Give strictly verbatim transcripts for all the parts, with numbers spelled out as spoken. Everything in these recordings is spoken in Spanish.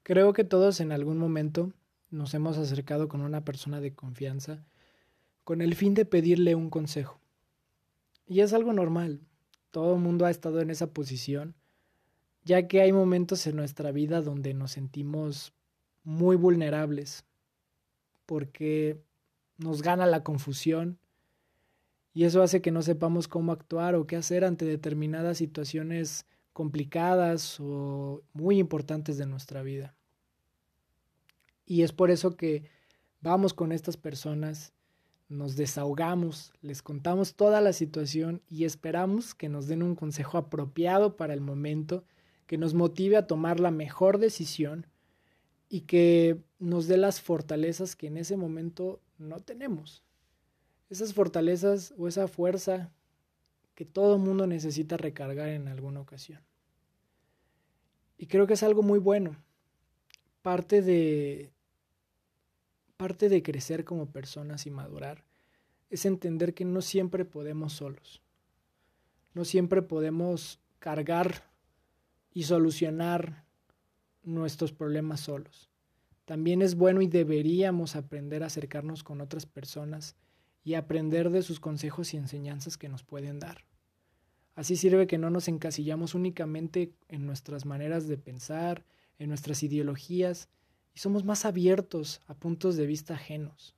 Creo que todos en algún momento nos hemos acercado con una persona de confianza con el fin de pedirle un consejo. Y es algo normal. Todo el mundo ha estado en esa posición, ya que hay momentos en nuestra vida donde nos sentimos muy vulnerables porque nos gana la confusión y eso hace que no sepamos cómo actuar o qué hacer ante determinadas situaciones complicadas o muy importantes de nuestra vida. Y es por eso que vamos con estas personas, nos desahogamos, les contamos toda la situación y esperamos que nos den un consejo apropiado para el momento, que nos motive a tomar la mejor decisión y que nos dé las fortalezas que en ese momento no tenemos. Esas fortalezas o esa fuerza que todo mundo necesita recargar en alguna ocasión. Y creo que es algo muy bueno. Parte de, parte de crecer como personas y madurar es entender que no siempre podemos solos. No siempre podemos cargar y solucionar nuestros problemas solos. También es bueno y deberíamos aprender a acercarnos con otras personas y aprender de sus consejos y enseñanzas que nos pueden dar. Así sirve que no nos encasillamos únicamente en nuestras maneras de pensar, en nuestras ideologías, y somos más abiertos a puntos de vista ajenos.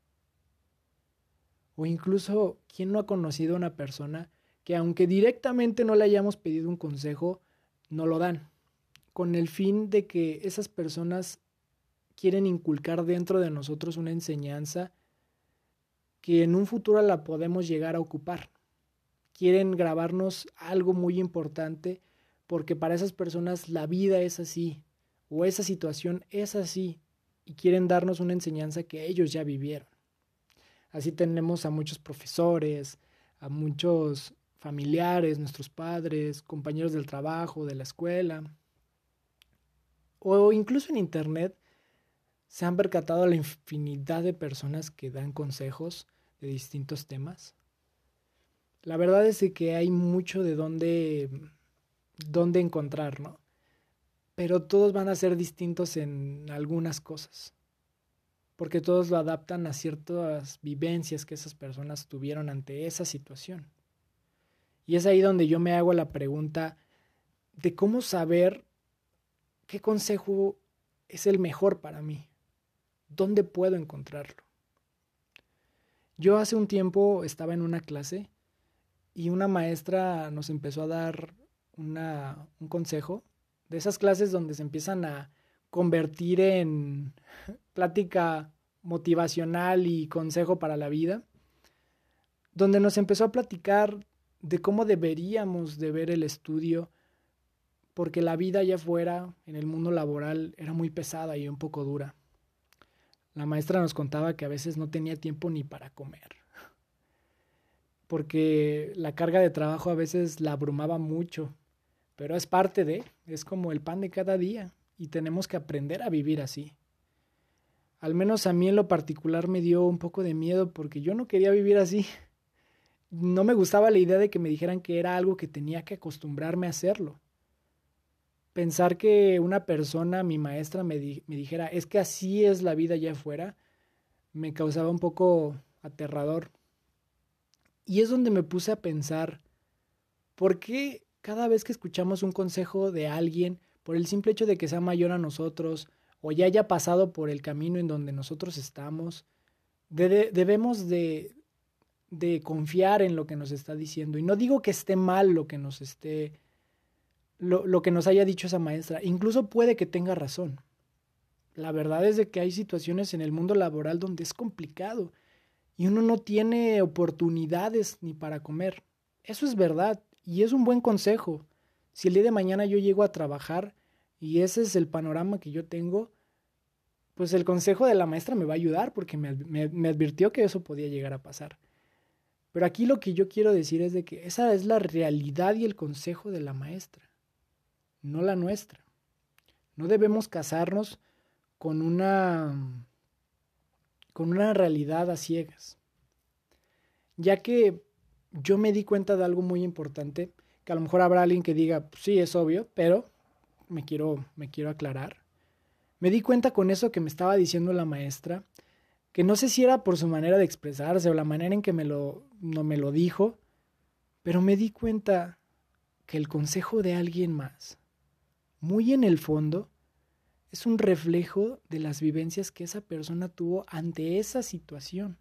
O incluso, ¿quién no ha conocido a una persona que aunque directamente no le hayamos pedido un consejo, no lo dan? Con el fin de que esas personas quieren inculcar dentro de nosotros una enseñanza que en un futuro la podemos llegar a ocupar. Quieren grabarnos algo muy importante porque para esas personas la vida es así o esa situación es así y quieren darnos una enseñanza que ellos ya vivieron. Así tenemos a muchos profesores, a muchos familiares, nuestros padres, compañeros del trabajo, de la escuela o incluso en internet. ¿Se han percatado la infinidad de personas que dan consejos de distintos temas? La verdad es que hay mucho de dónde, dónde encontrar, ¿no? Pero todos van a ser distintos en algunas cosas, porque todos lo adaptan a ciertas vivencias que esas personas tuvieron ante esa situación. Y es ahí donde yo me hago la pregunta de cómo saber qué consejo es el mejor para mí. ¿Dónde puedo encontrarlo? Yo hace un tiempo estaba en una clase y una maestra nos empezó a dar una, un consejo de esas clases donde se empiezan a convertir en plática motivacional y consejo para la vida, donde nos empezó a platicar de cómo deberíamos de ver el estudio, porque la vida allá afuera, en el mundo laboral, era muy pesada y un poco dura. La maestra nos contaba que a veces no tenía tiempo ni para comer, porque la carga de trabajo a veces la abrumaba mucho, pero es parte de, es como el pan de cada día y tenemos que aprender a vivir así. Al menos a mí en lo particular me dio un poco de miedo porque yo no quería vivir así. No me gustaba la idea de que me dijeran que era algo que tenía que acostumbrarme a hacerlo. Pensar que una persona, mi maestra, me, di me dijera, es que así es la vida allá afuera, me causaba un poco aterrador. Y es donde me puse a pensar, ¿por qué cada vez que escuchamos un consejo de alguien, por el simple hecho de que sea mayor a nosotros, o ya haya pasado por el camino en donde nosotros estamos, de debemos de, de confiar en lo que nos está diciendo? Y no digo que esté mal lo que nos esté Lo, lo que nos haya dicho esa maestra. Incluso puede que tenga razón. La verdad es de que hay situaciones en el mundo laboral donde es complicado y uno no tiene oportunidades ni para comer. Eso es verdad y es un buen consejo. Si el día de mañana yo llego a trabajar y ese es el panorama que yo tengo, pues el consejo de la maestra me va a ayudar porque me, me, me advirtió que eso podía llegar a pasar. Pero aquí lo que yo quiero decir es de que esa es la realidad y el consejo de la maestra, no la nuestra. No debemos casarnos con una, con una realidad a ciegas, ya que yo me di cuenta de algo muy importante, que a lo mejor habrá alguien que diga, pues sí, es obvio, pero me quiero, me quiero aclarar. Me di cuenta con eso que me estaba diciendo la maestra, que no sé si era por su manera de expresarse o la manera en que me lo, no me lo dijo, pero me di cuenta que el consejo de alguien más, muy en el fondo, es un reflejo de las vivencias que esa persona tuvo ante esa situación.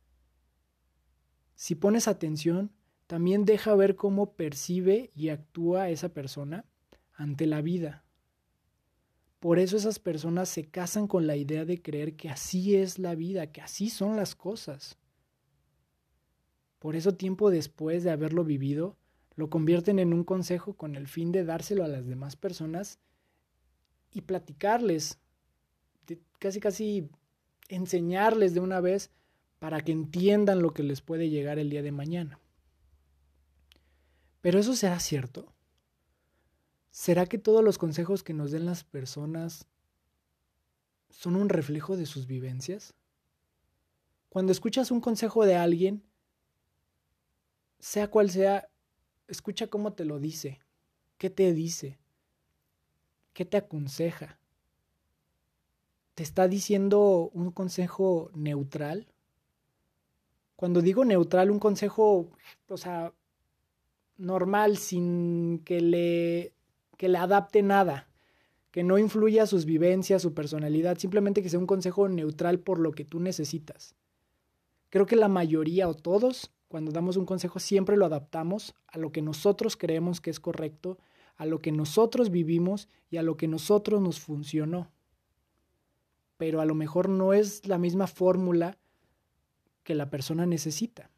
Si pones atención, también deja ver cómo percibe y actúa esa persona ante la vida. Por eso esas personas se casan con la idea de creer que así es la vida, que así son las cosas. Por eso tiempo después de haberlo vivido, lo convierten en un consejo con el fin de dárselo a las demás personas y platicarles, casi casi enseñarles de una vez para que entiendan lo que les puede llegar el día de mañana. ¿Pero eso será cierto? ¿Será que todos los consejos que nos den las personas son un reflejo de sus vivencias? Cuando escuchas un consejo de alguien, sea cual sea, escucha cómo te lo dice, qué te dice, qué te aconseja. ¿Te está diciendo un consejo neutral? Cuando digo neutral, un consejo, o sea, normal, sin que le, que le adapte nada, que no influya sus vivencias, su personalidad, simplemente que sea un consejo neutral por lo que tú necesitas. Creo que la mayoría o todos, cuando damos un consejo, siempre lo adaptamos a lo que nosotros creemos que es correcto, a lo que nosotros vivimos y a lo que nosotros nos funcionó. Pero a lo mejor no es la misma fórmula que la persona necesita.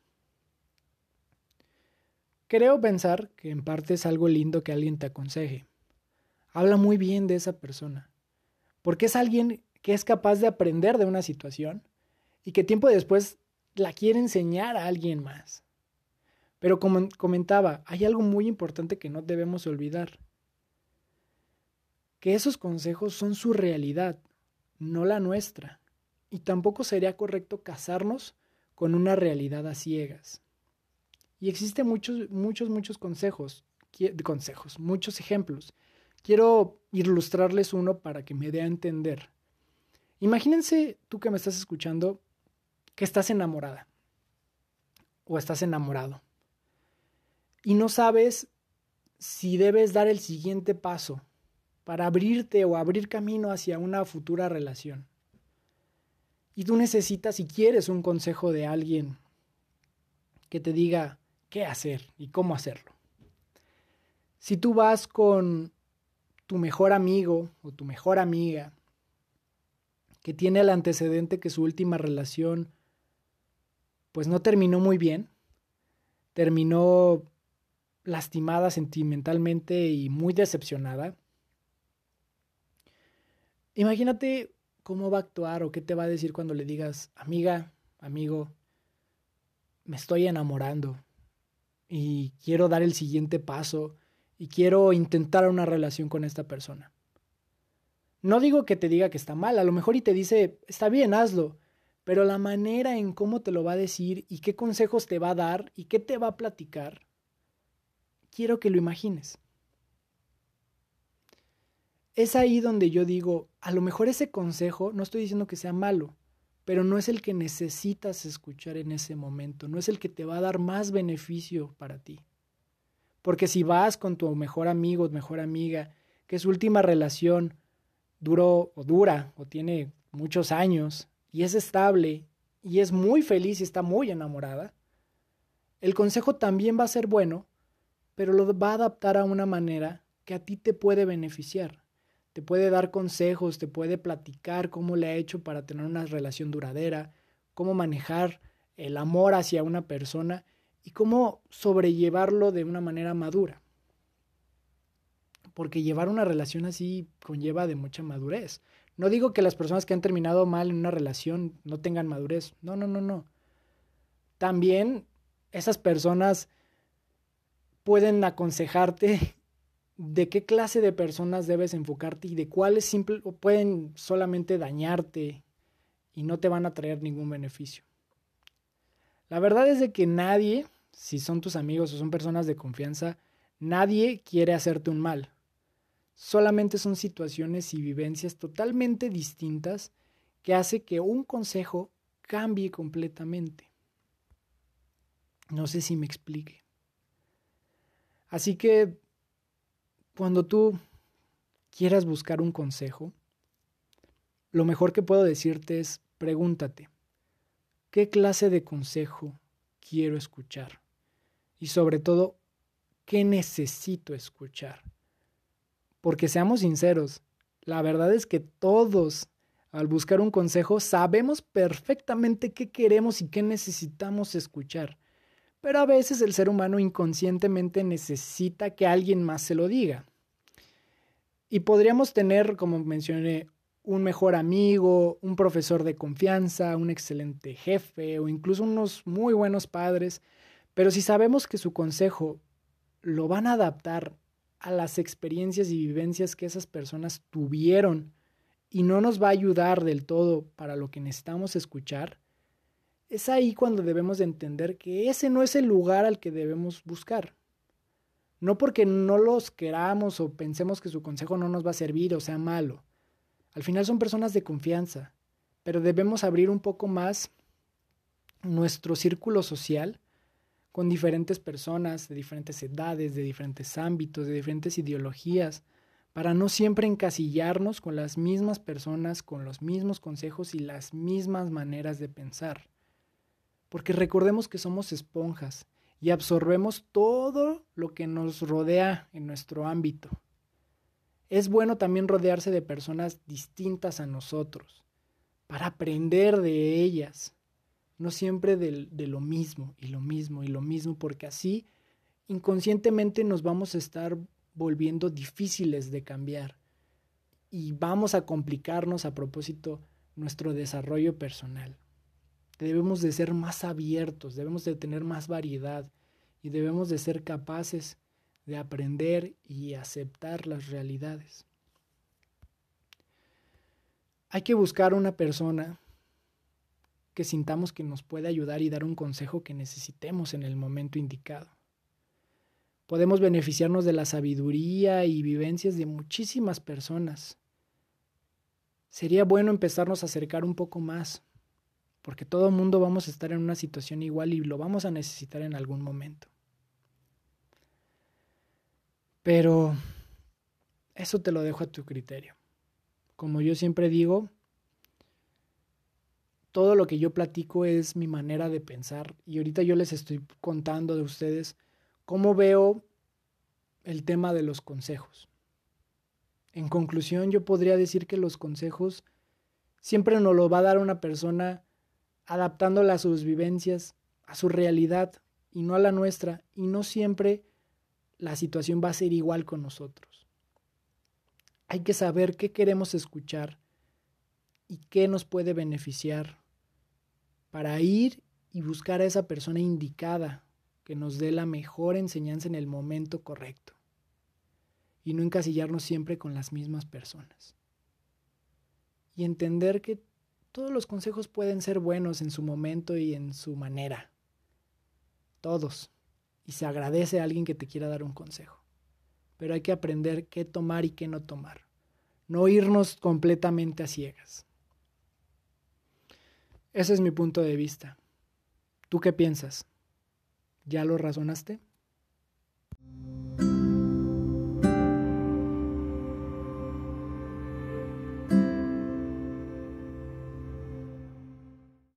Creo pensar que en parte es algo lindo que alguien te aconseje. Habla muy bien de esa persona, porque es alguien que es capaz de aprender de una situación y que tiempo después la quiere enseñar a alguien más. Pero como comentaba, hay algo muy importante que no debemos olvidar, que esos consejos son su realidad, no la nuestra, y tampoco sería correcto casarnos con una realidad a ciegas. Y existen muchos, muchos, muchos consejos, consejos, muchos ejemplos. Quiero ilustrarles uno para que me dé a entender. Imagínense, tú que me estás escuchando, que estás enamorada o estás enamorado y no sabes si debes dar el siguiente paso para abrirte o abrir camino hacia una futura relación. Y tú necesitas y quieres un consejo de alguien que te diga qué hacer y cómo hacerlo. Si tú vas con tu mejor amigo o tu mejor amiga que tiene el antecedente que su última relación pues no terminó muy bien, terminó lastimada sentimentalmente y muy decepcionada, imagínate cómo va a actuar o qué te va a decir cuando le digas, amiga, amigo, me estoy enamorando y quiero dar el siguiente paso y quiero intentar una relación con esta persona. No digo que te diga que está mal, a lo mejor y te dice, está bien, hazlo, pero la manera en cómo te lo va a decir y qué consejos te va a dar y qué te va a platicar, quiero que lo imagines. Es ahí donde yo digo, a lo mejor ese consejo, no estoy diciendo que sea malo, pero no es el que necesitas escuchar en ese momento, no es el que te va a dar más beneficio para ti. Porque si vas con tu mejor amigo o mejor amiga, que su última relación duró o dura o tiene muchos años y es estable y es muy feliz y está muy enamorada, el consejo también va a ser bueno, pero lo va a adaptar a una manera que a ti te puede beneficiar. Te puede dar consejos, te puede platicar cómo le ha hecho para tener una relación duradera, cómo manejar el amor hacia una persona y cómo sobrellevarlo de una manera madura. Porque llevar una relación así conlleva de mucha madurez. No digo que las personas que han terminado mal en una relación no tengan madurez. No, no, no, no. También esas personas pueden aconsejarte de qué clase de personas debes enfocarte y de cuáles simple, pueden solamente dañarte y no te van a traer ningún beneficio. La verdad es de que nadie, si son tus amigos o son personas de confianza, nadie quiere hacerte un mal. Solamente son situaciones y vivencias totalmente distintas que hace que un consejo cambie completamente. No sé si me explique. Así que cuando tú quieras buscar un consejo, lo mejor que puedo decirte es pregúntate, ¿qué clase de consejo quiero escuchar? Y sobre todo, ¿qué necesito escuchar? Porque seamos sinceros, la verdad es que todos, al buscar un consejo, sabemos perfectamente qué queremos y qué necesitamos escuchar. Pero a veces el ser humano inconscientemente necesita que alguien más se lo diga. Y podríamos tener, como mencioné, un mejor amigo, un profesor de confianza, un excelente jefe o incluso unos muy buenos padres. Pero si sabemos que su consejo lo van a adaptar a las experiencias y vivencias que esas personas tuvieron y no nos va a ayudar del todo para lo que necesitamos escuchar, es ahí cuando debemos de entender que ese no es el lugar al que debemos buscar. No porque no los queramos o pensemos que su consejo no nos va a servir o sea malo. Al final son personas de confianza, pero debemos abrir un poco más nuestro círculo social con diferentes personas de diferentes edades, de diferentes ámbitos, de diferentes ideologías, para no siempre encasillarnos con las mismas personas, con los mismos consejos y las mismas maneras de pensar. Porque recordemos que somos esponjas y absorbemos todo lo que nos rodea en nuestro ámbito. Es bueno también rodearse de personas distintas a nosotros, para aprender de ellas, no siempre de, de lo mismo y lo mismo y lo mismo, porque así inconscientemente nos vamos a estar volviendo difíciles de cambiar y vamos a complicarnos a propósito nuestro desarrollo personal. Debemos de ser más abiertos, debemos de tener más variedad y debemos de ser capaces de aprender y aceptar las realidades. Hay que buscar una persona que sintamos que nos puede ayudar y dar un consejo que necesitemos en el momento indicado. Podemos beneficiarnos de la sabiduría y vivencias de muchísimas personas. Sería bueno empezarnos a acercar un poco más, porque todo el mundo vamos a estar en una situación igual y lo vamos a necesitar en algún momento. Pero eso te lo dejo a tu criterio. Como yo siempre digo, todo lo que yo platico es mi manera de pensar y ahorita yo les estoy contando de ustedes cómo veo el tema de los consejos. En conclusión, yo podría decir que los consejos siempre nos lo va a dar una persona adaptándola a sus vivencias, a su realidad y no a la nuestra, y no siempre la situación va a ser igual con nosotros. Hay que saber qué queremos escuchar y qué nos puede beneficiar para ir y buscar a esa persona indicada que nos dé la mejor enseñanza en el momento correcto y no encasillarnos siempre con las mismas personas. Y entender que todos los consejos pueden ser buenos en su momento y en su manera. Todos. Y se agradece a alguien que te quiera dar un consejo. Pero hay que aprender qué tomar y qué no tomar. No irnos completamente a ciegas. Ese es mi punto de vista. ¿Tú qué piensas? ¿Ya lo razonaste?